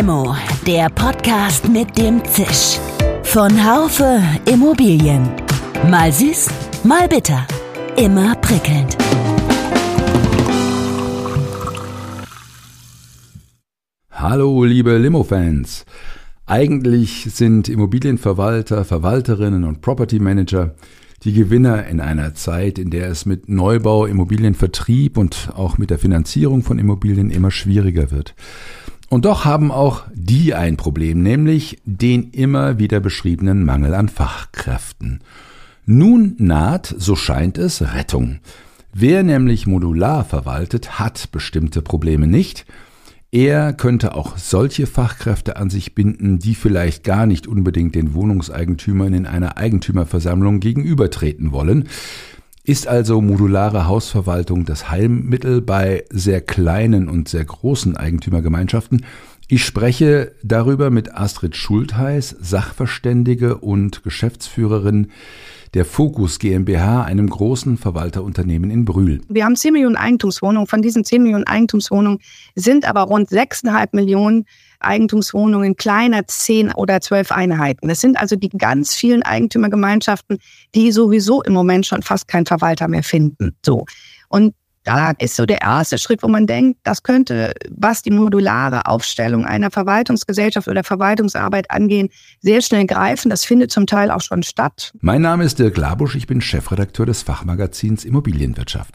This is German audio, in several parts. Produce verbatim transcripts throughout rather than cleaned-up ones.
Limo, der Podcast mit dem Zisch. Von Haufe Immobilien. Mal süß, mal bitter. Immer prickelnd. Hallo liebe Limo-Fans. Eigentlich sind Immobilienverwalter, Verwalterinnen und Property Manager die Gewinner in einer Zeit, in der es mit Neubau, Immobilienvertrieb und auch mit der Finanzierung von Immobilien immer schwieriger wird. Und doch haben auch die ein Problem, nämlich den immer wieder beschriebenen Mangel an Fachkräften. Nun naht, so scheint es, Rettung. Wer nämlich modular verwaltet, hat bestimmte Probleme nicht. Er könnte auch solche Fachkräfte an sich binden, die vielleicht gar nicht unbedingt den Wohnungseigentümern in einer Eigentümerversammlung gegenübertreten wollen. Ist also modulare Hausverwaltung das Heilmittel bei sehr kleinen und sehr großen Eigentümergemeinschaften? Ich spreche darüber mit Astrid Schultheis, Sachverständige und Geschäftsführerin der Focus GmbH, einem großen Verwalterunternehmen in Brühl. Wir haben zehn Millionen Eigentumswohnungen. Von diesen zehn Millionen Eigentumswohnungen sind aber rund sechs Komma fünf Millionen Eigentumswohnungen kleiner zehn oder zwölf Einheiten. Das sind also die ganz vielen Eigentümergemeinschaften, die sowieso im Moment schon fast keinen Verwalter mehr finden. So. Und da ist so der erste Schritt, wo man denkt, das könnte, was die modulare Aufstellung einer Verwaltungsgesellschaft oder Verwaltungsarbeit angehen, sehr schnell greifen. Das findet zum Teil auch schon statt. Mein Name ist Dirk Labusch, ich bin Chefredakteur des Fachmagazins Immobilienwirtschaft.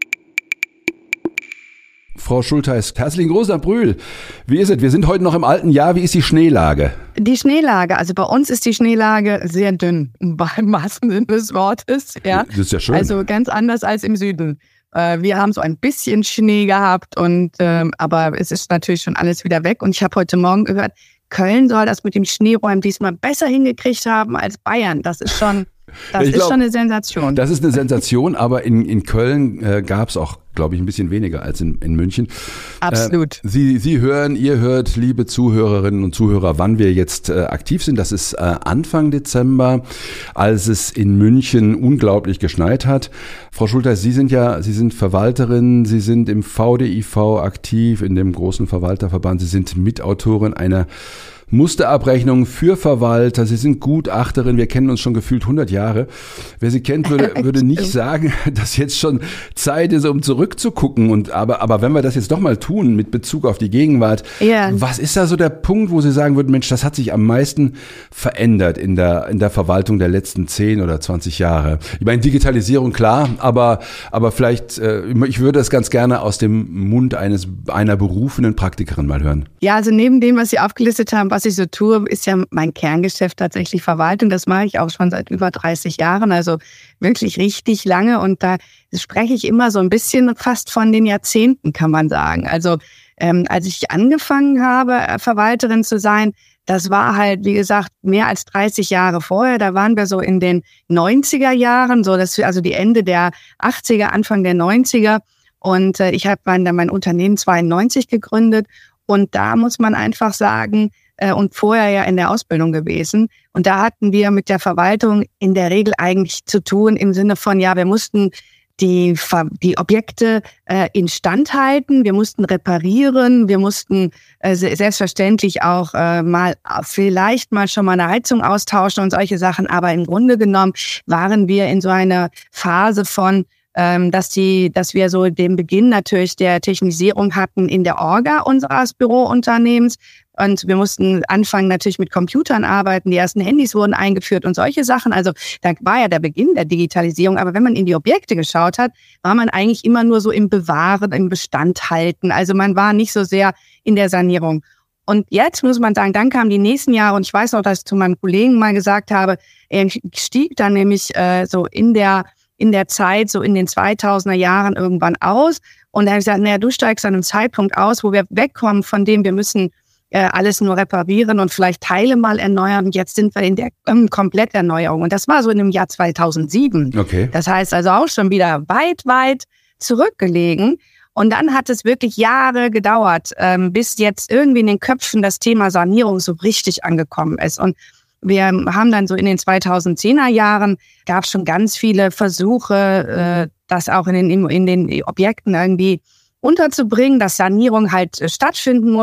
Frau Schultheis, herzlichen Gruß nach Brühl. Wie ist es? Wir sind heute noch im alten Jahr. Wie ist die Schneelage? Die Schneelage, also bei uns ist die Schneelage sehr dünn, beim wahrsten Sinne des Wortes. Ja. Das ist ja schön. Also ganz anders als im Süden. Wir haben so ein bisschen Schnee gehabt, und ähm, aber es ist natürlich schon alles wieder weg. Und ich habe heute Morgen gehört, Köln soll das mit dem Schneeräumen diesmal besser hingekriegt haben als Bayern. Das ist schon, das ich ist glaub, schon eine Sensation. Das ist eine Sensation, aber in, in Köln äh, gab es auch, glaube ich, ein bisschen weniger als in, in München. Absolut. Äh, Sie, Sie hören, ihr hört, liebe Zuhörerinnen und Zuhörer, wann wir jetzt äh, aktiv sind. Das ist äh, Anfang Dezember, als es in München unglaublich geschneit hat. Frau Schultheis, Sie sind ja, Sie sind Verwalterin, Sie sind im V D I V aktiv, in dem großen Verwalterverband. Sie sind Mitautorin einer Musterabrechnung für Verwalter. Sie sind Gutachterin. Wir kennen uns schon gefühlt hundert Jahre. Wer Sie kennt, würde, würde nicht sagen, dass jetzt schon Zeit ist, um zurückzugucken. Und aber, aber wenn wir das jetzt doch mal tun mit Bezug auf die Gegenwart, ja. Was ist da so der Punkt, wo Sie sagen würden, Mensch, das hat sich am meisten verändert in der, in der Verwaltung der letzten zehn oder zwanzig Jahre? Ich meine, Digitalisierung, klar, aber, aber vielleicht, äh, ich würde das ganz gerne aus dem Mund eines, einer berufenen Praktikerin mal hören. Ja, also neben dem, was Sie aufgelistet haben, was ich so tue, ist ja mein Kerngeschäft tatsächlich Verwaltung. Das mache ich auch schon seit über dreißig Jahren, also wirklich richtig lange. Und da spreche ich immer so ein bisschen fast von den Jahrzehnten, kann man sagen. Also ähm, als ich angefangen habe, Verwalterin zu sein, das war halt, wie gesagt, mehr als dreißig Jahre vorher. Da waren wir so in den neunziger Jahren, so das, also die Ende der achtziger, Anfang der neunziger. Und äh, ich habe mein, mein Unternehmen zweiundneunzig gegründet. Und da muss man einfach sagen, und vorher ja in der Ausbildung gewesen. Und da hatten wir mit der Verwaltung in der Regel eigentlich zu tun im Sinne von, ja, wir mussten die, die Objekte äh, instand halten, wir mussten reparieren, wir mussten äh, selbstverständlich auch äh, mal vielleicht mal schon mal eine Heizung austauschen und solche Sachen. Aber im Grunde genommen waren wir in so einer Phase von, ähm, dass die, dass wir so den Beginn natürlich der Technisierung hatten in der Orga unseres Bürounternehmens. Und wir mussten anfangen natürlich mit Computern arbeiten. Die ersten Handys wurden eingeführt und solche Sachen. Also da war ja der Beginn der Digitalisierung. Aber wenn man in die Objekte geschaut hat, war man eigentlich immer nur so im Bewahren, im Bestand halten. Also man war nicht so sehr in der Sanierung. Und jetzt muss man sagen, dann kamen die nächsten Jahre. Und ich weiß noch, dass ich zu meinem Kollegen mal gesagt habe, er stieg dann nämlich äh, so in der in der Zeit, so in den zweitausender Jahren irgendwann aus. Und da habe ich gesagt, naja, du steigst an einem Zeitpunkt aus, wo wir wegkommen von dem, wir müssen alles nur reparieren und vielleicht Teile mal erneuern. Und jetzt sind wir in der ähm, Kompletterneuerung. Und das war so in dem Jahr zweitausendsieben. Okay. Das heißt also auch schon wieder weit, weit zurückgelegen. Und dann hat es wirklich Jahre gedauert, ähm, bis jetzt irgendwie in den Köpfen das Thema Sanierung so richtig angekommen ist. Und wir haben dann so in den zweitausendzehner Jahren, gab es schon ganz viele Versuche, äh, das auch in den, in den Objekten irgendwie unterzubringen, dass Sanierung halt äh, stattfinden muss.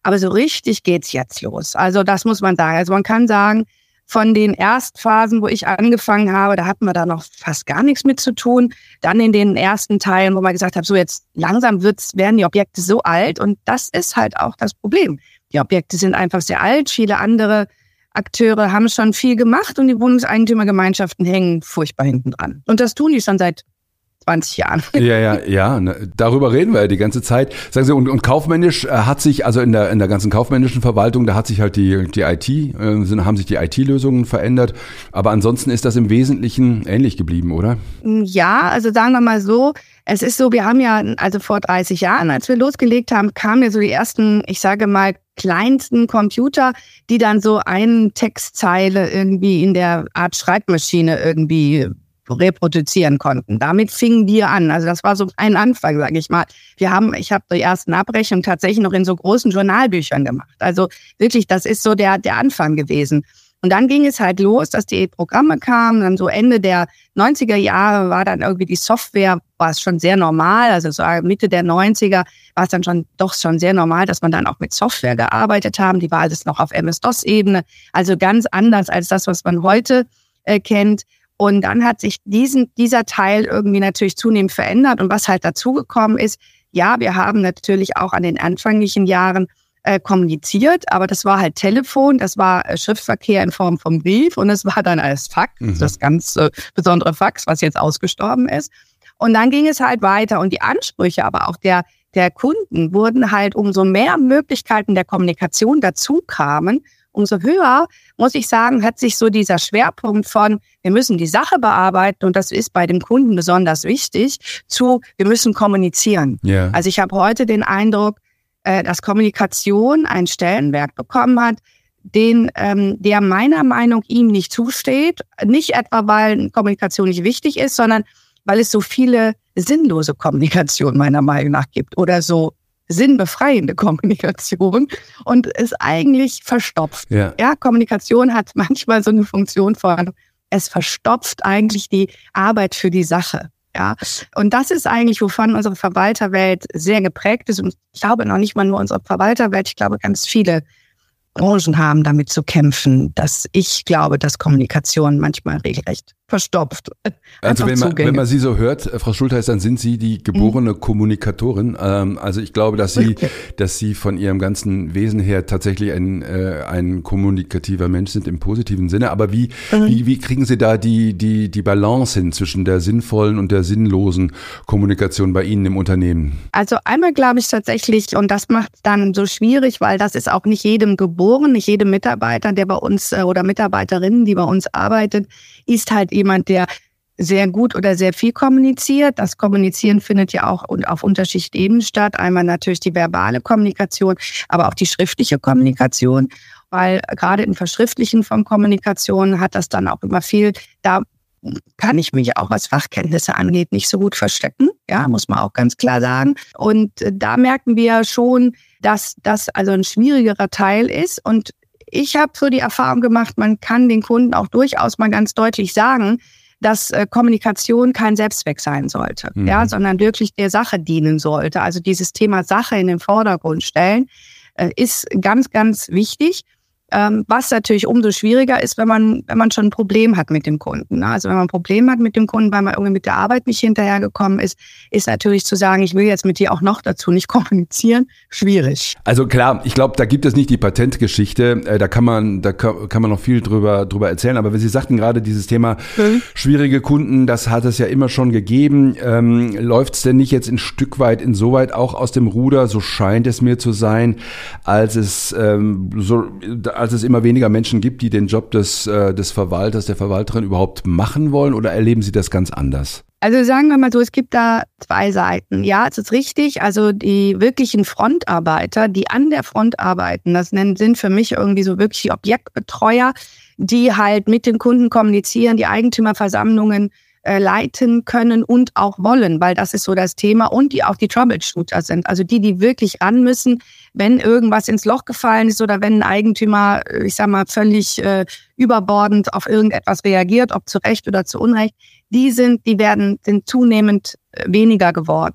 Aber so richtig geht's jetzt los. Also das muss man sagen. Also man kann sagen, von den Erstphasen, wo ich angefangen habe, da hatten wir da noch fast gar nichts mit zu tun. Dann in den ersten Teilen, wo man gesagt hat, so jetzt langsam wird's, werden die Objekte so alt. Und das ist halt auch das Problem. Die Objekte sind einfach sehr alt. Viele andere Akteure haben schon viel gemacht und die Wohnungseigentümergemeinschaften hängen furchtbar hinten dran. Und das tun die schon seit zwanzig Jahren. Ja, ja, ja. Ne, darüber reden wir ja die ganze Zeit. Sagen Sie, und, und kaufmännisch äh, hat sich, also in der in der ganzen kaufmännischen Verwaltung, da hat sich halt die die I T, äh, sind, haben sich die I T-Lösungen verändert. Aber ansonsten ist das im Wesentlichen ähnlich geblieben, oder? Ja, also sagen wir mal so, es ist so, wir haben ja, also vor dreißig Jahren, als wir losgelegt haben, kamen ja so die ersten, ich sage mal, kleinsten Computer, die dann so eine Textzeile irgendwie in der Art Schreibmaschine irgendwie reproduzieren konnten. Damit fingen wir an. Also das war so ein Anfang, sage ich mal. Wir haben, ich habe die ersten Abrechnungen tatsächlich noch in so großen Journalbüchern gemacht. Also wirklich, das ist so der der Anfang gewesen. Und dann ging es halt los, dass die Programme kamen. Dann so Ende der neunziger Jahre war dann irgendwie die Software, war es schon sehr normal. Also so Mitte der neunziger war es dann schon doch schon sehr normal, dass man dann auch mit Software gearbeitet haben. Die war alles noch auf M S-DOS-Ebene. Also ganz anders als das, was man heute äh, kennt. Und dann hat sich diesen, dieser Teil irgendwie natürlich zunehmend verändert. Und was halt dazugekommen ist, ja, wir haben natürlich auch an den anfänglichen Jahren äh, kommuniziert, aber das war halt Telefon, das war äh, Schriftverkehr in Form von Brief und es war dann als Fax, mhm. das ganz äh, besondere Fax, was jetzt ausgestorben ist. Und dann ging es halt weiter und die Ansprüche aber auch der, der Kunden wurden halt, umso mehr Möglichkeiten der Kommunikation dazu kamen, umso höher, muss ich sagen, hat sich so dieser Schwerpunkt von, wir müssen die Sache bearbeiten und das ist bei dem Kunden besonders wichtig, zu, wir müssen kommunizieren. Yeah. Also ich habe heute den Eindruck, dass Kommunikation einen Stellenwert bekommen hat, den, ähm, der meiner Meinung nach ihm nicht zusteht. Nicht etwa, weil Kommunikation nicht wichtig ist, sondern weil es so viele sinnlose Kommunikation meiner Meinung nach gibt oder so sinnbefreiende Kommunikation und es eigentlich verstopft. Ja. ja, Kommunikation hat manchmal so eine Funktion von, es verstopft eigentlich die Arbeit für die Sache. Ja, und das ist eigentlich, wovon unsere Verwalterwelt sehr geprägt ist. Und ich glaube noch nicht mal nur unsere Verwalterwelt, ich glaube, ganz viele Branchen haben damit zu kämpfen, dass ich glaube, dass Kommunikation manchmal regelrecht verstopft. Also wenn man, wenn man Sie so hört, Frau Schultheiß, dann sind Sie die geborene mhm. Kommunikatorin. Ähm, also ich glaube, dass Sie, okay. dass Sie von Ihrem ganzen Wesen her tatsächlich ein, äh, ein kommunikativer Mensch sind im positiven Sinne. Aber wie, mhm. wie, wie kriegen Sie da die, die, die Balance hin zwischen der sinnvollen und der sinnlosen Kommunikation bei Ihnen im Unternehmen? Also einmal glaube ich tatsächlich, und das macht es dann so schwierig, weil das ist auch nicht jedem geboren, nicht jedem Mitarbeiter, der bei uns äh, oder Mitarbeiterinnen, die bei uns arbeitet, ist halt jemand, der sehr gut oder sehr viel kommuniziert. Das Kommunizieren findet ja auch auf unterschiedlichen Ebenen statt. Einmal natürlich die verbale Kommunikation, aber auch die schriftliche Kommunikation. Weil gerade im Verschriftlichen von Kommunikation hat das dann auch immer viel, da kann ich mich auch, was Fachkenntnisse angeht, nicht so gut verstecken. Ja, muss man auch ganz klar sagen. Und da merken wir schon, dass das also ein schwierigerer Teil ist. Und ich habe so die Erfahrung gemacht, man kann den Kunden auch durchaus mal ganz deutlich sagen, dass äh, Kommunikation kein Selbstzweck sein sollte, mhm. ja, sondern wirklich der Sache dienen sollte. Also dieses Thema Sache in den Vordergrund stellen, äh, ist ganz, ganz wichtig. Ähm, was natürlich umso schwieriger ist, wenn man wenn man schon ein Problem hat mit dem Kunden. Ne? Also wenn man ein Problem hat mit dem Kunden, weil man irgendwie mit der Arbeit nicht hinterhergekommen ist, ist natürlich zu sagen, ich will jetzt mit dir auch noch dazu nicht kommunizieren, schwierig. Also klar, ich glaube, da gibt es nicht die Patentgeschichte. Äh, da kann man da kann, kann man noch viel drüber drüber erzählen. Aber wenn Sie sagten gerade dieses Thema mhm. schwierige Kunden, das hat es ja immer schon gegeben. Ähm, läuft es denn nicht jetzt ein Stück weit insoweit auch aus dem Ruder? So scheint es mir zu sein, als es ähm, so als es immer weniger Menschen gibt, die den Job des, äh, des Verwalters, der Verwalterin überhaupt machen wollen, oder erleben Sie das ganz anders? Also sagen wir mal so, es gibt da zwei Seiten. Ja, es ist richtig, also die wirklichen Frontarbeiter, die an der Front arbeiten, das sind für mich irgendwie so wirklich die Objektbetreuer, die halt mit den Kunden kommunizieren, die Eigentümerversammlungen äh, leiten können und auch wollen, weil das ist so das Thema, und die auch die Troubleshooter sind, also die, die wirklich ran müssen, wenn irgendwas ins Loch gefallen ist oder wenn ein Eigentümer, ich sag mal, völlig äh, überbordend auf irgendetwas reagiert, ob zu Recht oder zu Unrecht, die sind, die werden, sind zunehmend weniger geworden.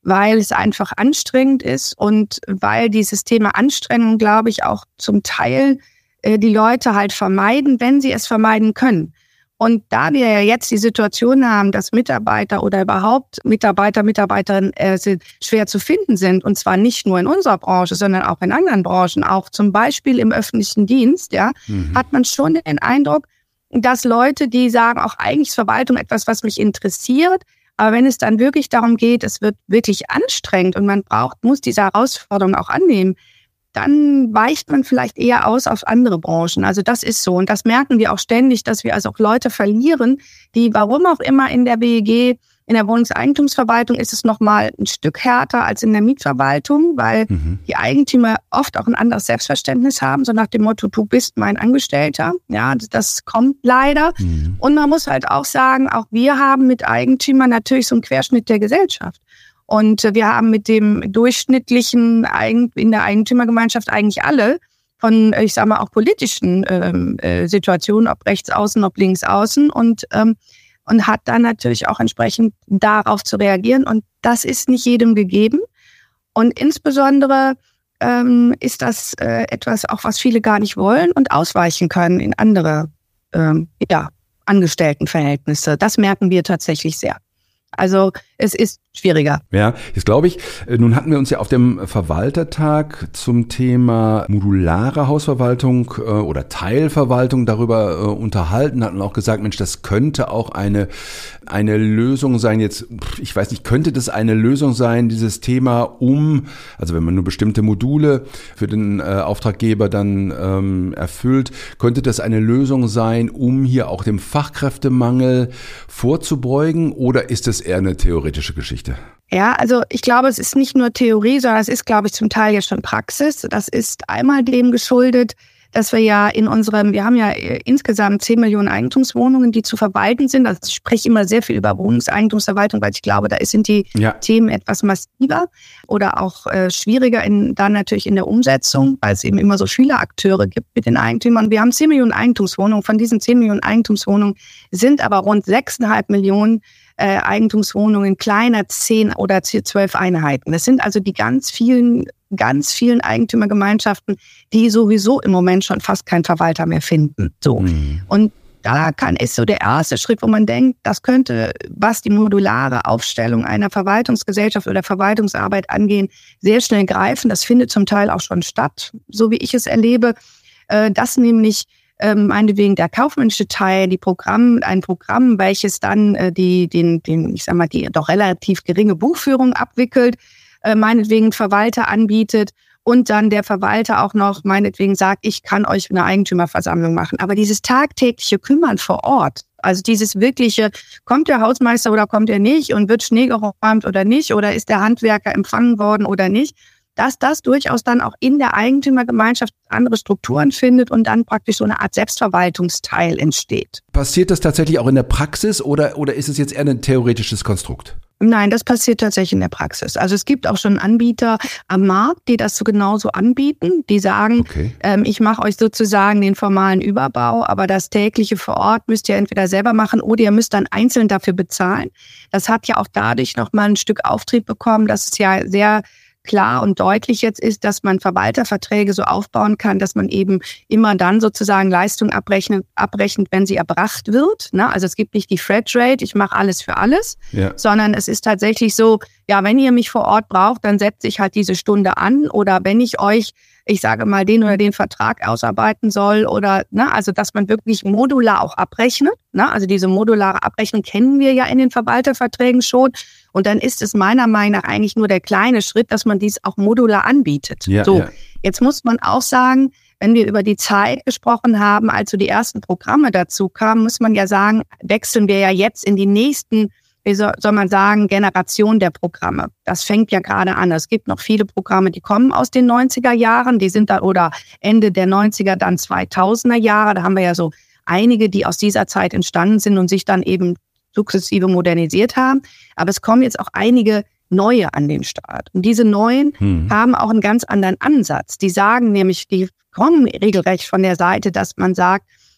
weil es einfach anstrengend ist und weil dieses Thema Anstrengung, glaube ich, auch zum Teil äh, die Leute halt vermeiden, wenn sie es vermeiden können. Und da wir ja jetzt die Situation haben, dass Mitarbeiter oder überhaupt Mitarbeiter, Mitarbeiterinnen äh, schwer zu finden sind, und zwar nicht nur in unserer Branche, sondern auch in anderen Branchen, auch zum Beispiel im öffentlichen Dienst, ja, mhm. hat man schon den Eindruck, dass Leute, die sagen, auch eigentlich ist Verwaltung etwas, was mich interessiert, aber wenn es dann wirklich darum geht, es wird wirklich anstrengend und man braucht, muss diese Herausforderung auch annehmen, dann weicht man vielleicht eher aus auf andere Branchen. Also das ist so. Und das merken wir auch ständig, dass wir also auch Leute verlieren, die, warum auch immer, in der B E G, in der Wohnungseigentumsverwaltung ist es nochmal ein Stück härter als in der Mietverwaltung, weil mhm. die Eigentümer oft auch ein anderes Selbstverständnis haben, so nach dem Motto, du bist mein Angestellter. Ja, das kommt leider. Mhm. Und man muss halt auch sagen, auch wir haben mit Eigentümern natürlich so einen Querschnitt der Gesellschaft. Und wir haben mit dem durchschnittlichen in der Eigentümergemeinschaft eigentlich alle von, ich sage mal, auch politischen ähm, äh, Situationen, ob rechts außen, ob links außen und ähm, und hat dann natürlich auch entsprechend darauf zu reagieren. Und das ist nicht jedem gegeben. Und insbesondere ähm, ist das äh, etwas, auch was viele gar nicht wollen und ausweichen können in andere ähm, ja, Angestelltenverhältnisse. Das merken wir tatsächlich sehr. Also es ist schwieriger. Ja, jetzt glaube ich, nun hatten wir uns ja auf dem Verwaltertag zum Thema modulare Hausverwaltung äh, oder Teilverwaltung darüber äh, unterhalten, hatten auch gesagt, Mensch, das könnte auch eine eine Lösung sein. Jetzt, ich weiß nicht, könnte das eine Lösung sein, dieses Thema um, also wenn man nur bestimmte Module für den äh, Auftraggeber dann ähm, erfüllt, könnte das eine Lösung sein, um hier auch dem Fachkräftemangel vorzubeugen, oder ist das eher eine theoretische Geschichte? Ja, also ich glaube, es ist nicht nur Theorie, sondern es ist, glaube ich, zum Teil jetzt schon Praxis. Das ist einmal dem geschuldet, dass wir ja in unserem, wir haben ja insgesamt zehn Millionen Eigentumswohnungen, die zu verwalten sind. Also ich spreche immer sehr viel über Wohnungseigentumsverwaltung, weil ich glaube, da sind die ja. Themen etwas massiver oder auch äh, schwieriger in, dann natürlich in der Umsetzung, weil es eben immer so viele Akteure gibt mit den Eigentümern. Wir haben zehn Millionen Eigentumswohnungen. Von diesen zehn Millionen Eigentumswohnungen sind aber rund sechs Komma fünf Millionen Äh, Eigentumswohnungen kleiner zehn oder zwölf Einheiten. Das sind also die ganz vielen, ganz vielen Eigentümergemeinschaften, die sowieso im Moment schon fast keinen Verwalter mehr finden. So. Mhm. Und da kann ist so der erste Schritt, wo man denkt, das könnte, was die modulare Aufstellung einer Verwaltungsgesellschaft oder Verwaltungsarbeit angehen, sehr schnell greifen. Das findet zum Teil auch schon statt, so wie ich es erlebe, äh, dass nämlich Ähm, meinetwegen der kaufmännische Teil, die Programm, ein Programm, welches dann äh, die, den, den, ich sag mal, die doch relativ geringe Buchführung abwickelt, äh, meinetwegen Verwalter anbietet und dann der Verwalter auch noch meinetwegen sagt, ich kann euch eine Eigentümerversammlung machen. Aber dieses tagtägliche Kümmern vor Ort, also dieses wirkliche, kommt der Hausmeister oder kommt er nicht und wird Schnee geräumt oder nicht oder ist der Handwerker empfangen worden oder nicht, dass das durchaus dann auch in der Eigentümergemeinschaft andere Strukturen findet und dann praktisch so eine Art Selbstverwaltungsteil entsteht. Passiert das tatsächlich auch in der Praxis oder, oder ist es jetzt eher ein theoretisches Konstrukt? Nein, das passiert tatsächlich in der Praxis. Also es gibt auch schon Anbieter am Markt, die das so genauso anbieten. Die sagen, okay. ähm, ich mache euch sozusagen den formalen Überbau, aber das tägliche vor Ort müsst ihr entweder selber machen oder ihr müsst dann einzeln dafür bezahlen. Das hat ja auch dadurch nochmal ein Stück Auftrieb bekommen, dass es ja sehr klar und deutlich jetzt ist, dass man Verwalterverträge so aufbauen kann, dass man eben immer dann sozusagen Leistung abrechnet, abrechnet, wenn sie erbracht wird. Ne? Also es gibt nicht die Flatrate, ich mache alles für alles, ja. sondern es ist tatsächlich so, ja, wenn ihr mich vor Ort braucht, dann setze ich halt diese Stunde an oder wenn ich euch, ich sage mal, den oder den Vertrag ausarbeiten soll oder, ne, also dass man wirklich modular auch abrechnet. Ne? Also diese modulare Abrechnung kennen wir ja in den Verwalterverträgen schon. Und dann ist es meiner Meinung nach eigentlich nur der kleine Schritt, dass man dies auch modular anbietet. Ja, so, ja. Jetzt muss man auch sagen, wenn wir über die Zeit gesprochen haben, als so die ersten Programme dazu kamen, muss man ja sagen, wechseln wir ja jetzt in die nächsten, wie soll, soll man sagen, Generation der Programme. Das fängt ja gerade an. Es gibt noch viele Programme, die kommen aus den neunziger Jahren, die sind da oder Ende der neunziger, dann zweitausender Jahre. Da haben wir ja so einige, die aus dieser Zeit entstanden sind und sich dann eben sukzessive modernisiert haben. Aber es kommen jetzt auch einige neue an den Start. Und diese neuen hm. haben auch einen ganz anderen Ansatz. Die sagen nämlich, die kommen regelrecht von der Seite, dass man sagt,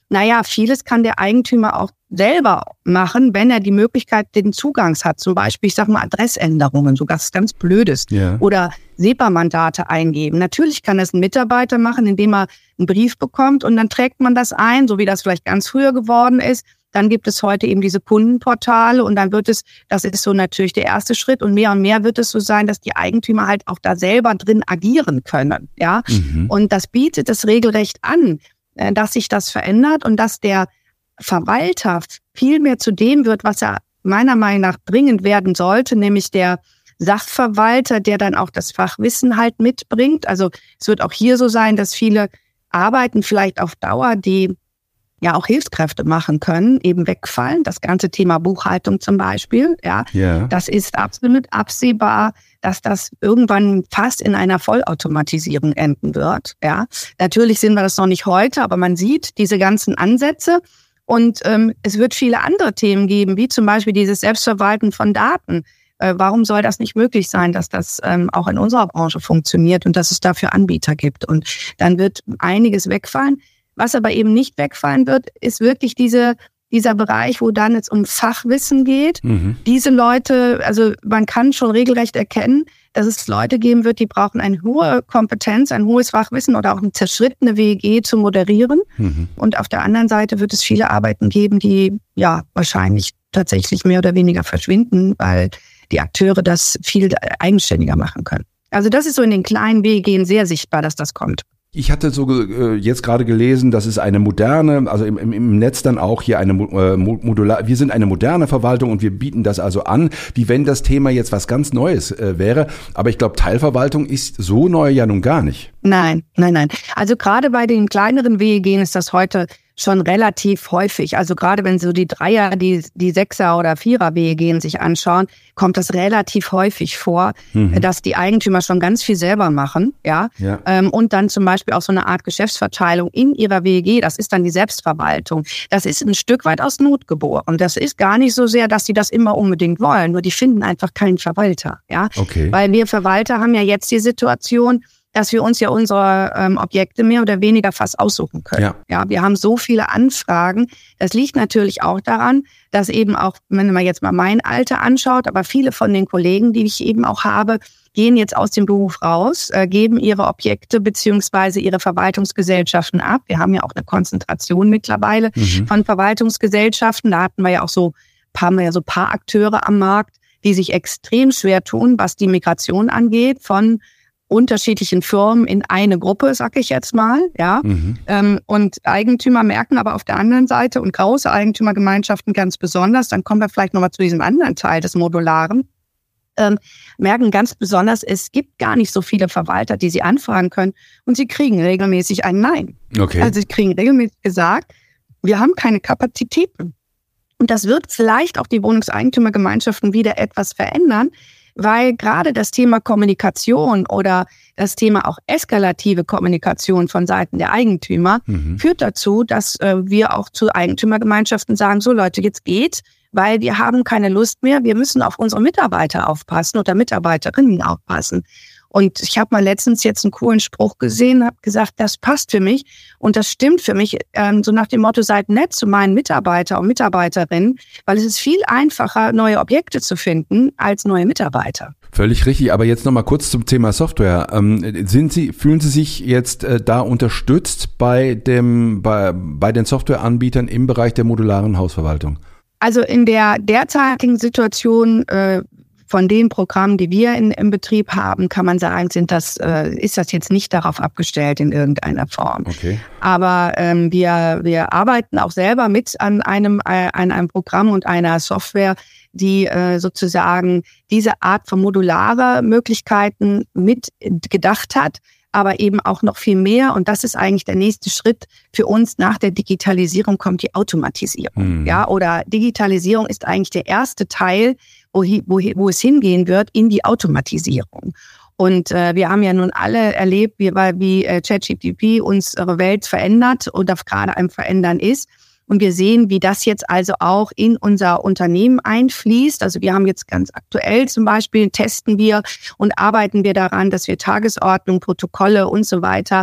naja, vieles kann der Eigentümer auch selber machen, wenn er die Möglichkeit den Zugangs hat. Zum Beispiel, ich sage mal, Adressänderungen, so was ganz Blödes. Ja. Oder SEPA-Mandate eingeben. Natürlich kann das ein Mitarbeiter machen, indem er einen Brief bekommt und dann trägt man das ein, so wie das vielleicht ganz früher geworden ist. Dann gibt es heute eben diese Kundenportale und dann wird es, das ist so natürlich der erste Schritt und mehr und mehr wird es so sein, dass die Eigentümer halt auch da selber drin agieren können. Ja, Mhm. und das bietet das Regelrecht an, äh, dass sich das verändert und dass der Verwalter viel mehr zu dem wird, was er meiner Meinung nach dringend werden sollte, nämlich der Sachverwalter, der dann auch das Fachwissen halt mitbringt. Also es wird auch hier so sein, dass viele Arbeiten vielleicht auf Dauer, die ja auch Hilfskräfte machen können, eben wegfallen. Das ganze Thema Buchhaltung zum Beispiel, ja, Ja. das ist absolut absehbar, dass das irgendwann fast in einer Vollautomatisierung enden wird. Ja, natürlich sind wir das noch nicht heute, aber man sieht diese ganzen Ansätze. Und ähm, es wird viele andere Themen geben, wie zum Beispiel dieses Selbstverwalten von Daten. Äh, warum soll das nicht möglich sein, dass das ähm, auch in unserer Branche funktioniert und dass es dafür Anbieter gibt? Und dann wird einiges wegfallen. Was aber eben nicht wegfallen wird, ist wirklich diese, dieser Bereich, wo dann es um Fachwissen geht. Mhm. Diese Leute, also man kann schon regelrecht erkennen, dass es Leute geben wird, die brauchen eine hohe Kompetenz, ein hohes Fachwissen oder auch eine zerschrittene W E G zu moderieren. Mhm. Und auf der anderen Seite wird es viele Arbeiten geben, die ja wahrscheinlich tatsächlich mehr oder weniger verschwinden, weil die Akteure das viel eigenständiger machen können. Also das ist so in den kleinen W E G sehr sichtbar, dass das kommt. Ich hatte so äh, jetzt gerade gelesen, dass es eine moderne, also im, im, im Netz dann auch hier eine äh, modular, wir sind eine moderne Verwaltung und wir bieten das also an, wie wenn das Thema jetzt was ganz Neues äh, wäre. Aber ich glaube, Teilverwaltung ist so neu ja nun gar nicht. Nein, nein, nein. Also gerade bei den kleineren W E G ist das heute schon relativ häufig. Also gerade wenn so die Dreier, die, die Sechser oder Vierer W E G sich anschauen, kommt das relativ häufig vor, mhm. dass die Eigentümer schon ganz viel selber machen, ja. ja. Ähm, und dann zum Beispiel auch so eine Art Geschäftsverteilung in ihrer W E G, das ist dann die Selbstverwaltung. Das ist ein Stück weit aus Not geboren. Das ist gar nicht so sehr, dass sie das immer unbedingt wollen, nur die finden einfach keinen Verwalter, ja. Okay. Weil wir Verwalter haben ja jetzt die Situation, dass wir uns ja unsere ähm, Objekte mehr oder weniger fast aussuchen können. Ja. ja, wir haben so viele Anfragen. Das liegt natürlich auch daran, dass eben auch, wenn man jetzt mal mein Alter anschaut, aber viele von den Kollegen, die ich eben auch habe, gehen jetzt aus dem Beruf raus, äh, geben ihre Objekte beziehungsweise ihre Verwaltungsgesellschaften ab. Wir haben ja auch eine Konzentration mittlerweile mhm. von Verwaltungsgesellschaften. Da hatten wir ja auch so, haben wir ja so ein paar Akteure am Markt, die sich extrem schwer tun, was die Migration angeht, von unterschiedlichen Firmen in eine Gruppe, sag ich jetzt mal, ja. Mhm. Ähm, und Eigentümer merken aber auf der anderen Seite und große Eigentümergemeinschaften ganz besonders, dann kommen wir vielleicht nochmal zu diesem anderen Teil des Modularen, ähm, merken ganz besonders, es gibt gar nicht so viele Verwalter, die sie anfragen können und sie kriegen regelmäßig ein Nein. Okay. Also sie kriegen regelmäßig gesagt, wir haben keine Kapazitäten. Und das wird vielleicht auch die Wohnungseigentümergemeinschaften wieder etwas verändern, weil gerade das Thema Kommunikation oder das Thema auch eskalative Kommunikation von Seiten der Eigentümer mhm. führt dazu, dass äh, wir auch zu Eigentümergemeinschaften sagen, so Leute, jetzt geht, weil wir haben keine Lust mehr, wir müssen auf unsere Mitarbeiter aufpassen oder Mitarbeiterinnen aufpassen. Und ich habe mal letztens jetzt einen coolen Spruch gesehen, habe gesagt, das passt für mich und das stimmt für mich, ähm, so nach dem Motto, seid nett zu meinen Mitarbeiter und Mitarbeiterinnen, weil es ist viel einfacher, neue Objekte zu finden, als neue Mitarbeiter. Völlig richtig, aber jetzt nochmal kurz zum Thema Software. Ähm, sind Sie, fühlen Sie sich jetzt äh, da unterstützt bei dem, bei, bei den Softwareanbietern im Bereich der modularen Hausverwaltung? Also in der derzeitigen Situation, äh, von den Programmen, die wir in, im Betrieb haben, kann man sagen, sind das, äh, ist das jetzt nicht darauf abgestellt in irgendeiner Form. Okay. Aber ähm, wir, wir arbeiten auch selber mit an einem, äh, an einem Programm und einer Software, die äh, sozusagen diese Art von modularer Möglichkeiten mit gedacht hat, aber eben auch noch viel mehr. Und das ist eigentlich der nächste Schritt für uns. Nach der Digitalisierung kommt die Automatisierung. Mhm. Ja, oder Digitalisierung ist eigentlich der erste Teil, wo, wo, wo es hingehen wird, in die Automatisierung. Und äh, wir haben ja nun alle erlebt, wie, wie äh, ChatGPT unsere Welt verändert oder gerade am Verändern ist. Und wir sehen, wie das jetzt also auch in unser Unternehmen einfließt. Also wir haben jetzt ganz aktuell zum Beispiel, testen wir und arbeiten wir daran, dass wir Tagesordnung, Protokolle und so weiter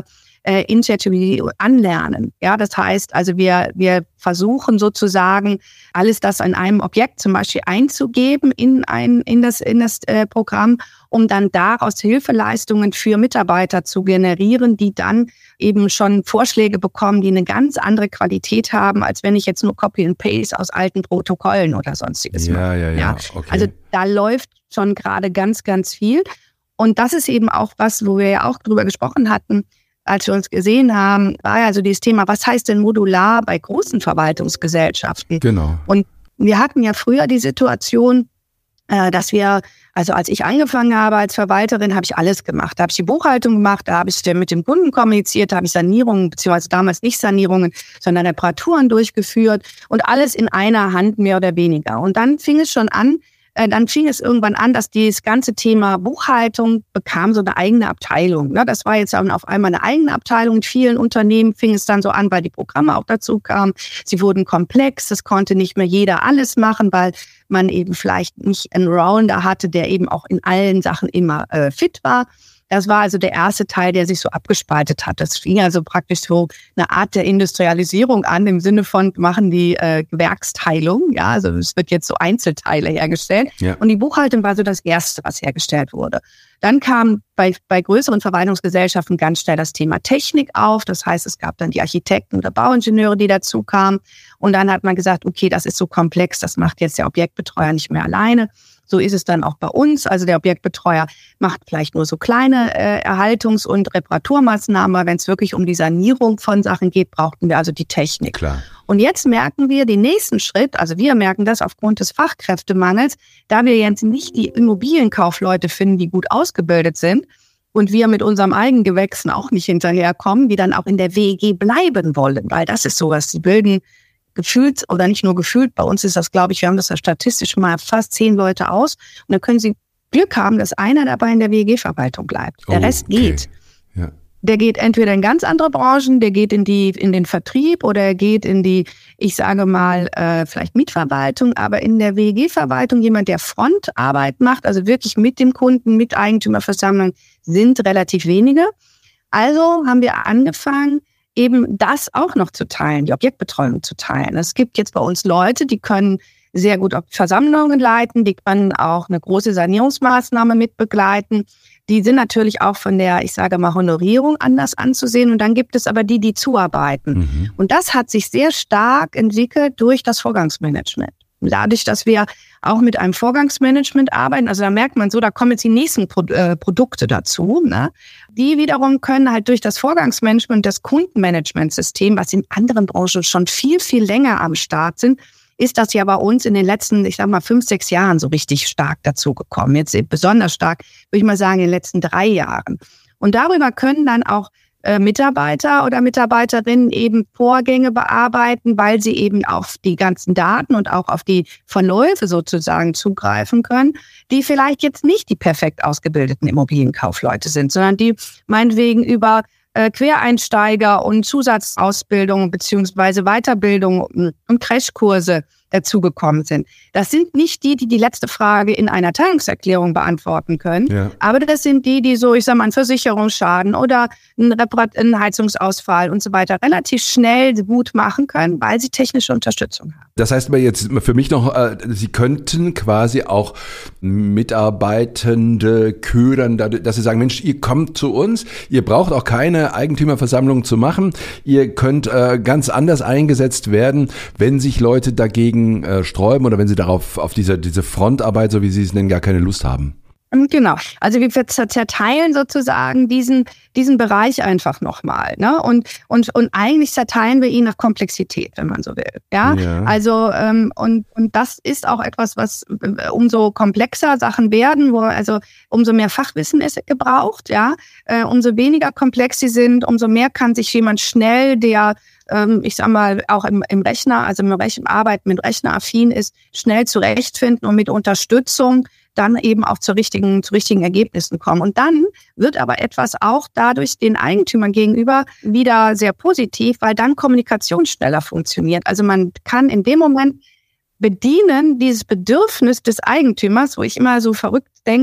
äh, in ChatGPT anlernen. Ja, das heißt, also wir, wir versuchen sozusagen, alles das in einem Objekt zum Beispiel einzugeben in ein, in das, in das äh, Programm, um dann daraus Hilfeleistungen für Mitarbeiter zu generieren, die dann eben schon Vorschläge bekommen, die eine ganz andere Qualität haben, als wenn ich jetzt nur Copy and Paste aus alten Protokollen oder sonstiges ja, mache. Ja, ja, ja. Okay. Also da läuft schon gerade ganz, ganz viel. Und das ist eben auch was, wo wir ja auch drüber gesprochen hatten, als wir uns gesehen haben, war ja also dieses Thema, was heißt denn modular bei großen Verwaltungsgesellschaften? Genau. Und wir hatten ja früher die Situation, dass wir, also als ich angefangen habe als Verwalterin, habe ich alles gemacht. Da habe ich die Buchhaltung gemacht, da habe ich mit dem Kunden kommuniziert, da habe ich Sanierungen, beziehungsweise damals nicht Sanierungen, sondern Reparaturen durchgeführt und alles in einer Hand mehr oder weniger. Und dann fing es schon an, Dann fing es irgendwann an, dass dieses ganze Thema Buchhaltung bekam so eine eigene Abteilung. Das war jetzt auf einmal eine eigene Abteilung. In vielen Unternehmen fing es dann so an, weil die Programme auch dazu kamen. Sie wurden komplex. Es konnte nicht mehr jeder alles machen, weil man eben vielleicht nicht einen Rounder hatte, der eben auch in allen Sachen immer äh, fit war. Das war also der erste Teil, der sich so abgespaltet hat. Das fing also praktisch so eine Art der Industrialisierung an, im Sinne von, machen die äh, Gewerksteilung. Ja, also es wird jetzt so Einzelteile hergestellt. Ja. Und die Buchhaltung war so das Erste, was hergestellt wurde. Dann kam bei, bei größeren Verwaltungsgesellschaften ganz schnell das Thema Technik auf. Das heißt, es gab dann die Architekten oder Bauingenieure, die dazu kamen. Und dann hat man gesagt, okay, das ist so komplex, das macht jetzt der Objektbetreuer nicht mehr alleine. So ist es dann auch bei uns. Also der Objektbetreuer macht vielleicht nur so kleine äh, Erhaltungs- und Reparaturmaßnahmen. Aber wenn es wirklich um die Sanierung von Sachen geht, brauchten wir also die Technik. Klar. Und jetzt merken wir den nächsten Schritt, also wir merken das aufgrund des Fachkräftemangels, da wir jetzt nicht die Immobilienkaufleute finden, die gut ausgebildet sind und wir mit unserem Eigengewächsen auch nicht hinterherkommen, die dann auch in der W E G bleiben wollen, weil das ist sowas, sie bilden gefühlt oder nicht nur gefühlt, bei uns ist das, glaube ich, wir haben das ja statistisch mal fast zehn Leute aus und dann können sie Glück haben, dass einer dabei in der W E G-Verwaltung bleibt. Der oh, Rest okay. geht. Ja. Der geht entweder in ganz andere Branchen, der geht in die in den Vertrieb oder er geht in die, ich sage mal, äh, vielleicht Mietverwaltung, aber in der W E G-Verwaltung jemand, der Frontarbeit macht, also wirklich mit dem Kunden, mit Eigentümerversammlung, sind relativ wenige. Also haben wir angefangen, eben das auch noch zu teilen, die Objektbetreuung zu teilen. Es gibt jetzt bei uns Leute, die können sehr gut Versammlungen leiten, die können auch eine große Sanierungsmaßnahme mit begleiten. Die sind natürlich auch von der, ich sage mal, Honorierung anders anzusehen. Und dann gibt es aber die, die zuarbeiten. Mhm. Und das hat sich sehr stark entwickelt durch das Vorgangsmanagement. Dadurch, dass wir auch mit einem Vorgangsmanagement arbeiten, also da merkt man so, da kommen jetzt die nächsten Pro- äh, Produkte dazu, ne? Die wiederum können halt durch das Vorgangsmanagement, das Kundenmanagementsystem, was in anderen Branchen schon viel, viel länger am Start sind, ist das ja bei uns in den letzten, ich sag mal, fünf, sechs Jahren so richtig stark dazugekommen. Jetzt besonders stark, würde ich mal sagen, in den letzten drei Jahren. Und darüber können dann auch äh, Mitarbeiter oder Mitarbeiterinnen eben Vorgänge bearbeiten, weil sie eben auf die ganzen Daten und auch auf die Verläufe sozusagen zugreifen können, die vielleicht jetzt nicht die perfekt ausgebildeten Immobilienkaufleute sind, sondern die meinetwegen über Quereinsteiger und Zusatzausbildung beziehungsweise Weiterbildung und Crashkurse dazugekommen sind. Das sind nicht die, die die letzte Frage in einer Teilungserklärung beantworten können, ja. Aber das sind die, die so, ich sag mal, einen Versicherungsschaden oder einen, Reparat- einen Heizungsausfall und so weiter relativ schnell gut machen können, weil sie technische Unterstützung haben. Das heißt aber jetzt für mich noch, äh, Sie könnten quasi auch Mitarbeitende ködern, dass Sie sagen, Mensch, ihr kommt zu uns, ihr braucht auch keine Eigentümerversammlung zu machen, ihr könnt äh, ganz anders eingesetzt werden, wenn sich Leute dagegen äh, sträuben oder wenn sie darauf auf diese, diese Frontarbeit, so wie Sie es nennen, gar keine Lust haben. Genau. Also wir zerteilen sozusagen diesen diesen Bereich einfach nochmal, ne? Und und und eigentlich zerteilen wir ihn nach Komplexität, wenn man so will. Ja. ja. Also ähm, und und das ist auch etwas, was äh, umso komplexer Sachen werden, wo also umso mehr Fachwissen ist gebraucht, ja. Äh, umso weniger komplex sie sind, umso mehr kann sich jemand schnell, der ähm, ich sag mal auch im, im Rechner, also im Rechn- Arbeiten mit Rechner affin ist, schnell zurechtfinden und mit Unterstützung dann eben auch zu richtigen, zu richtigen Ergebnissen kommen. Und dann wird aber etwas auch dadurch den Eigentümern gegenüber wieder sehr positiv, weil dann Kommunikation schneller funktioniert. Also man kann in dem Moment bedienen dieses Bedürfnis des Eigentümers, wo ich immer so verrückt denke,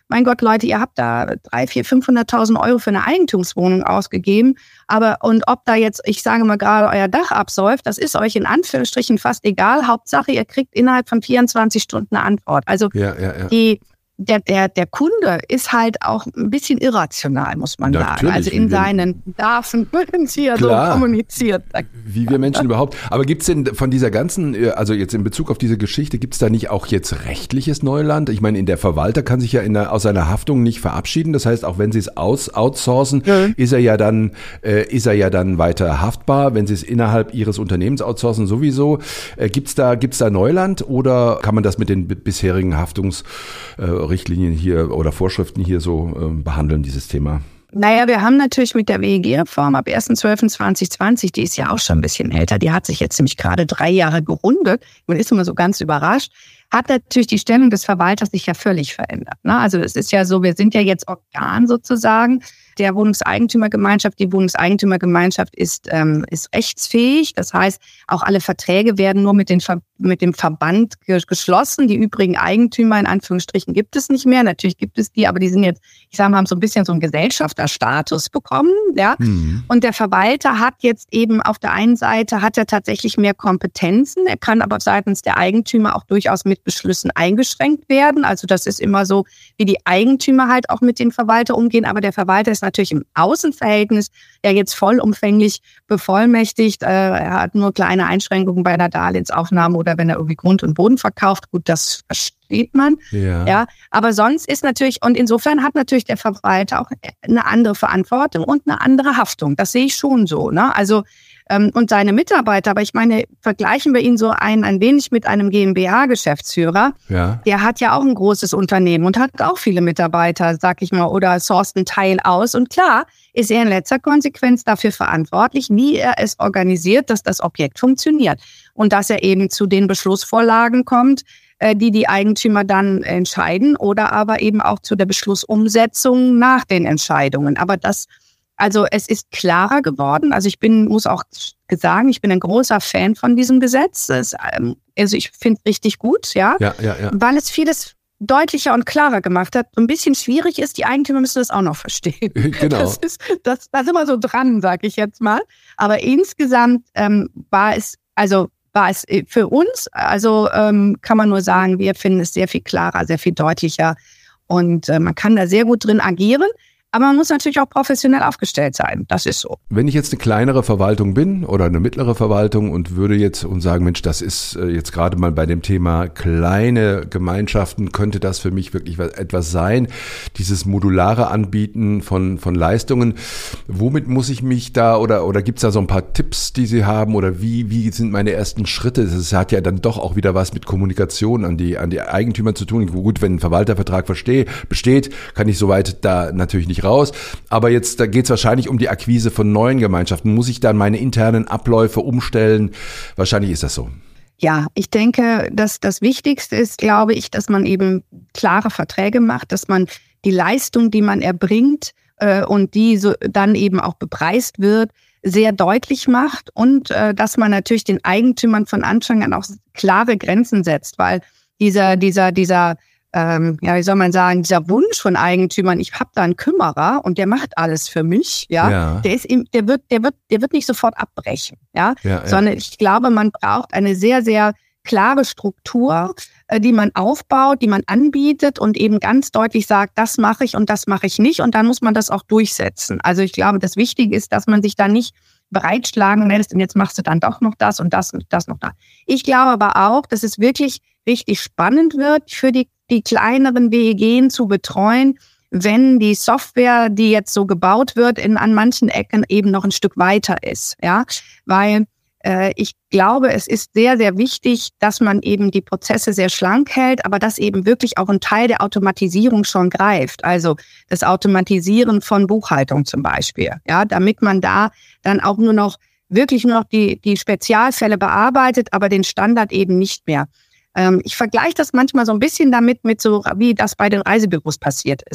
mein Gott, Leute, ihr habt da drei, vier, fünfhunderttausend Euro für eine Eigentumswohnung ausgegeben. Aber und ob da jetzt, ich sage mal gerade, euer Dach absäuft, das ist euch in Anführungsstrichen fast egal. Hauptsache, ihr kriegt innerhalb von vierundzwanzig Stunden eine Antwort. Also ja, ja, ja. die Der, der, der Kunde ist halt auch ein bisschen irrational, muss man Natürlich, sagen. Also in seinen Daten, die er so kommuniziert. Wie wir Menschen überhaupt. Aber gibt es denn von dieser ganzen, also jetzt in Bezug auf diese Geschichte, gibt es da nicht auch jetzt rechtliches Neuland? Ich meine, in der Verwalter kann sich ja in der, aus seiner Haftung nicht verabschieden. Das heißt, auch wenn sie es aus, outsourcen, mhm. ist er ja dann, äh, ist er ja dann weiter haftbar. Wenn sie es innerhalb ihres Unternehmens outsourcen, sowieso. Äh, gibt's da, gibt's da Neuland oder kann man das mit den b- bisherigen Haftungs äh, Richtlinien hier oder Vorschriften hier so äh, behandeln, dieses Thema? Naja, wir haben natürlich mit der W E G-Reform ab erster zwölfter zweitausendzwanzig, die ist ja auch schon ein bisschen älter, die hat sich jetzt nämlich gerade drei Jahre gerundet, man ist immer so ganz überrascht, hat natürlich die Stellung des Verwalters sich ja völlig verändert. Ne? Also es ist ja so, wir sind ja jetzt Organ sozusagen der Wohnungseigentümergemeinschaft. Die Wohnungseigentümergemeinschaft ist, ähm, ist rechtsfähig. Das heißt, auch alle Verträge werden nur mit, den Ver- mit dem Verband ge- geschlossen. Die übrigen Eigentümer in Anführungsstrichen gibt es nicht mehr. Natürlich gibt es die, aber die sind jetzt, ich sage mal, haben so ein bisschen so einen Gesellschafterstatus bekommen. Ja? Mhm. Und der Verwalter hat jetzt eben auf der einen Seite hat er tatsächlich mehr Kompetenzen. Er kann aber seitens der Eigentümer auch durchaus mit Beschlüssen eingeschränkt werden. Also das ist immer so, wie die Eigentümer halt auch mit dem Verwalter umgehen. Aber der Verwalter ist natürlich im Außenverhältnis ja jetzt vollumfänglich bevollmächtigt. Er hat nur kleine Einschränkungen bei einer Darlehensaufnahme oder wenn er irgendwie Grund und Boden verkauft. Gut, das versteht man. Ja. ja. Aber sonst ist natürlich, und insofern hat natürlich der Verwalter auch eine andere Verantwortung und eine andere Haftung. Das sehe ich schon so. Ne? Also und seine Mitarbeiter, aber ich meine, vergleichen wir ihn so ein, ein wenig mit einem GmbH-Geschäftsführer, ja. Der hat ja auch ein großes Unternehmen und hat auch viele Mitarbeiter, sag ich mal, oder sourced einen Teil aus. Und klar ist er in letzter Konsequenz dafür verantwortlich, wie er es organisiert, dass das Objekt funktioniert. Und dass er eben zu den Beschlussvorlagen kommt, die die Eigentümer dann entscheiden oder aber eben auch zu der Beschlussumsetzung nach den Entscheidungen. Aber das Also es ist klarer geworden. Also ich bin, muss auch sagen, ich bin ein großer Fan von diesem Gesetz. Es, also ich finde es richtig gut, ja? Ja, ja, ja, weil es vieles deutlicher und klarer gemacht hat. Ein bisschen schwierig ist, die Eigentümer müssen das auch noch verstehen. Genau. Das ist, das, da sind wir so dran, sage ich jetzt mal. Aber insgesamt ähm, war es, also war es für uns, also ähm, kann man nur sagen, wir finden es sehr viel klarer, sehr viel deutlicher und äh, man kann da sehr gut drin agieren. Aber man muss natürlich auch professionell aufgestellt sein. Das ist so. Wenn ich jetzt eine kleinere Verwaltung bin oder eine mittlere Verwaltung und würde jetzt und sagen, Mensch, das ist jetzt gerade mal bei dem Thema kleine Gemeinschaften, könnte das für mich wirklich etwas sein, dieses modulare Anbieten von von Leistungen. Womit muss ich mich da oder oder gibt's da so ein paar Tipps, die Sie haben oder wie wie sind meine ersten Schritte? Das hat ja dann doch auch wieder was mit Kommunikation an die an die Eigentümer zu tun. Gut, wenn ein Verwaltervertrag verstehe, besteht, kann ich soweit da natürlich nicht raus. Aber jetzt, da geht es wahrscheinlich um die Akquise von neuen Gemeinschaften. Muss ich dann meine internen Abläufe umstellen? Wahrscheinlich ist das so. Ja, ich denke, dass das Wichtigste ist, glaube ich, dass man eben klare Verträge macht, dass man die Leistung, die man erbringt äh, und die so dann eben auch bepreist wird, sehr deutlich macht und äh, dass man natürlich den Eigentümern von Anfang an auch klare Grenzen setzt, weil dieser, dieser, dieser Ähm, ja, wie soll man sagen, dieser Wunsch von Eigentümern, ich habe da einen Kümmerer und der macht alles für mich, ja, ja. der ist, der wird, der wird, der wird nicht sofort abbrechen, ja, ja, ja. sondern ich glaube, man braucht eine sehr, sehr klare Struktur, äh, die man aufbaut, die man anbietet und eben ganz deutlich sagt, das mache ich und das mache ich nicht und dann muss man das auch durchsetzen. Also ich glaube, das Wichtige ist, dass man sich da nicht bereitschlagen lässt und jetzt machst du dann doch noch das und das und das noch da. Ich glaube aber auch, dass es wirklich richtig spannend wird für die die kleineren W E G zu betreuen, wenn die Software, die jetzt so gebaut wird, in an manchen Ecken eben noch ein Stück weiter ist, ja, weil äh, ich glaube, es ist sehr, sehr wichtig, dass man eben die Prozesse sehr schlank hält, aber dass eben wirklich auch ein Teil der Automatisierung schon greift, also das Automatisieren von Buchhaltung zum Beispiel, ja, damit man da dann auch nur noch wirklich nur noch die die Spezialfälle bearbeitet, aber den Standard eben nicht mehr. Ich vergleiche das manchmal so ein bisschen damit, mit so wie das bei den Reisebüros passiert ist.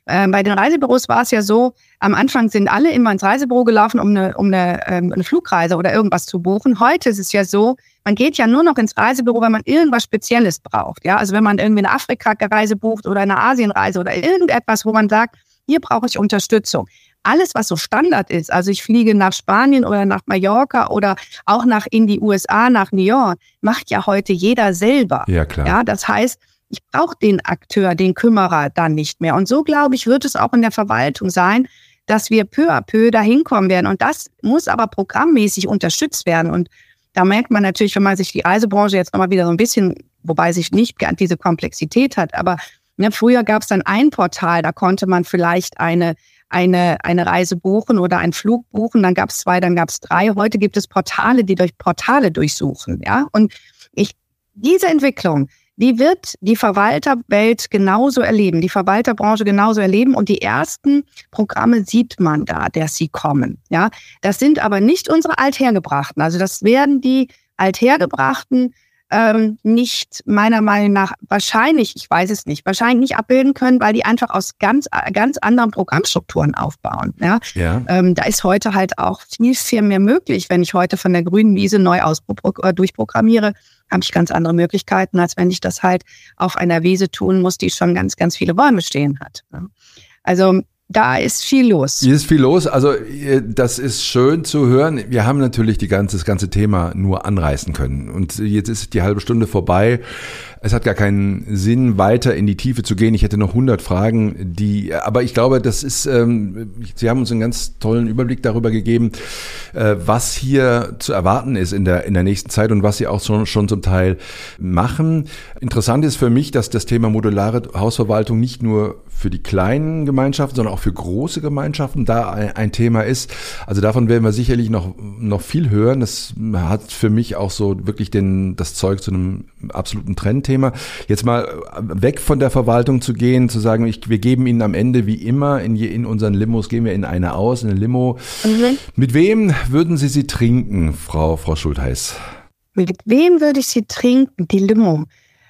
Äh, bei den Reisebüros war es ja so, am Anfang sind alle immer ins Reisebüro gelaufen, um eine, um eine, ähm, eine Flugreise oder irgendwas zu buchen. Heute ist es ja so, man geht ja nur noch ins Reisebüro, wenn man irgendwas Spezielles braucht. Ja, also wenn man irgendwie eine Afrika-Reise bucht oder eine Asienreise oder irgendetwas, wo man sagt, hier brauche ich Unterstützung. Alles, was so Standard ist, also ich fliege nach Spanien oder nach Mallorca oder auch nach in die U S A, nach New York, macht ja heute jeder selber. Ja, klar. Ja, das heißt, ich brauche den Akteur, den Kümmerer dann nicht mehr. Und so, glaube ich, wird es auch in der Verwaltung sein, dass wir peu à peu dahin kommen werden. Und das muss aber programmmäßig unterstützt werden. Und da merkt man natürlich, wenn man sich die Reisebranche jetzt nochmal wieder so ein bisschen, wobei sich nicht diese Komplexität hat, aber ne, früher gab es dann ein Portal, da konnte man vielleicht eine, eine, eine Reise buchen oder einen Flug buchen, dann gab es zwei, dann gab es drei. Heute gibt es Portale, die durch Portale durchsuchen. Ja? Und ich, diese Entwicklung, die wird die Verwalterwelt genauso erleben, die Verwalterbranche genauso erleben. Und die ersten Programme sieht man da, dass sie kommen. Ja, das sind aber nicht unsere Althergebrachten. Also das werden die Althergebrachten ähm, nicht meiner Meinung nach wahrscheinlich, ich weiß es nicht, wahrscheinlich nicht abbilden können, weil die einfach aus ganz ganz anderen Programmstrukturen aufbauen. Ja, ja. Ähm, da ist heute halt auch viel, viel mehr möglich. Wenn ich heute von der grünen Wiese neu auspro- durchprogrammiere, habe ich ganz andere Möglichkeiten, als wenn ich das halt auf einer Wiese tun muss, die schon ganz, ganz viele Bäume stehen hat. Also da ist viel los. Hier ist viel los. Also das ist schön zu hören. Wir haben natürlich die ganze, das ganze Thema nur anreißen können. Und jetzt ist die halbe Stunde vorbei. Es hat gar keinen Sinn, weiter in die Tiefe zu gehen. Ich hätte noch hundert Fragen, die, aber ich glaube, das ist, ähm, Sie haben uns einen ganz tollen Überblick darüber gegeben, äh, was hier zu erwarten ist in der in der nächsten Zeit und was Sie auch schon schon zum Teil machen. Interessant ist für mich, dass das Thema modulare Hausverwaltung nicht nur für die kleinen Gemeinschaften, sondern auch für große Gemeinschaften da ein, ein Thema ist. Also davon werden wir sicherlich noch noch viel hören. Das hat für mich auch so wirklich den das Zeug zu einem absoluten Trendthema. Jetzt mal weg von der Verwaltung zu gehen, zu sagen, ich, wir geben Ihnen am Ende wie immer in, je, in unseren Limos, gehen wir in eine aus, in eine Limo. Mhm. Mit wem würden Sie sie trinken, Frau, Frau Schultheiß? Mit wem würde ich sie trinken, die Limo?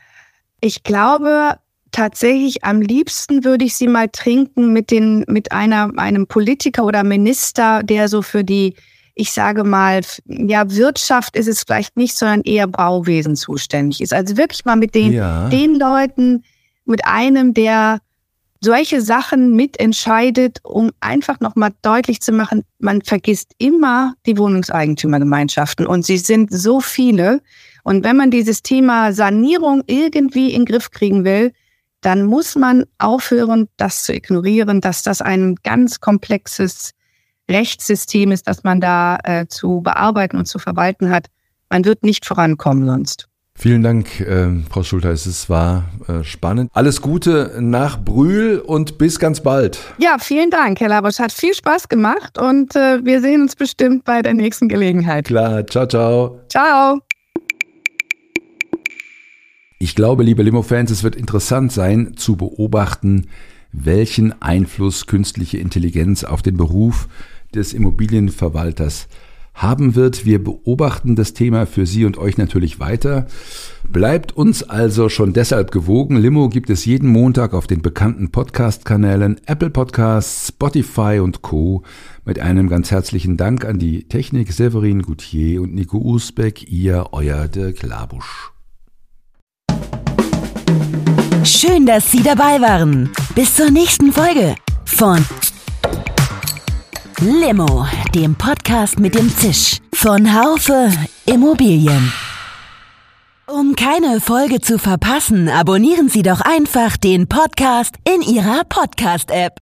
Ich glaube, tatsächlich am liebsten würde ich sie mal trinken mit, den, mit einer, einem Politiker oder Minister, der so für die, ich sage mal, ja, Wirtschaft ist es vielleicht nicht, sondern eher Bauwesen zuständig ist. Also wirklich mal mit den, ja. den Leuten, mit einem, der solche Sachen mitentscheidet, um einfach nochmal deutlich zu machen, man vergisst immer die Wohnungseigentümergemeinschaften und sie sind so viele. Und wenn man dieses Thema Sanierung irgendwie in den Griff kriegen will, dann muss man aufhören, das zu ignorieren, dass das ein ganz komplexes Rechtssystem ist, das man da äh, zu bearbeiten und zu verwalten hat. Man wird nicht vorankommen sonst. Vielen Dank, äh, Frau Schultheiß. Es war äh, spannend. Alles Gute nach Brühl und bis ganz bald. Ja, vielen Dank, Herr Labosch. Hat viel Spaß gemacht und äh, wir sehen uns bestimmt bei der nächsten Gelegenheit. Klar, ciao, ciao. Ciao. Ich glaube, liebe Limo-Fans, es wird interessant sein, zu beobachten, welchen Einfluss künstliche Intelligenz auf den Beruf des Immobilienverwalters haben wird. Wir beobachten das Thema für Sie und euch natürlich weiter. Bleibt uns also schon deshalb gewogen. Limo gibt es jeden Montag auf den bekannten Podcast-Kanälen Apple Podcasts, Spotify und Co. Mit einem ganz herzlichen Dank an die Technik Severin Goutier und Nico Usbeck, ihr, euer Dirk Labusch. Schön, dass Sie dabei waren. Bis zur nächsten Folge von Limo, dem Podcast mit dem Zisch von Haufe Immobilien. Um keine Folge zu verpassen, abonnieren Sie doch einfach den Podcast in Ihrer Podcast-App.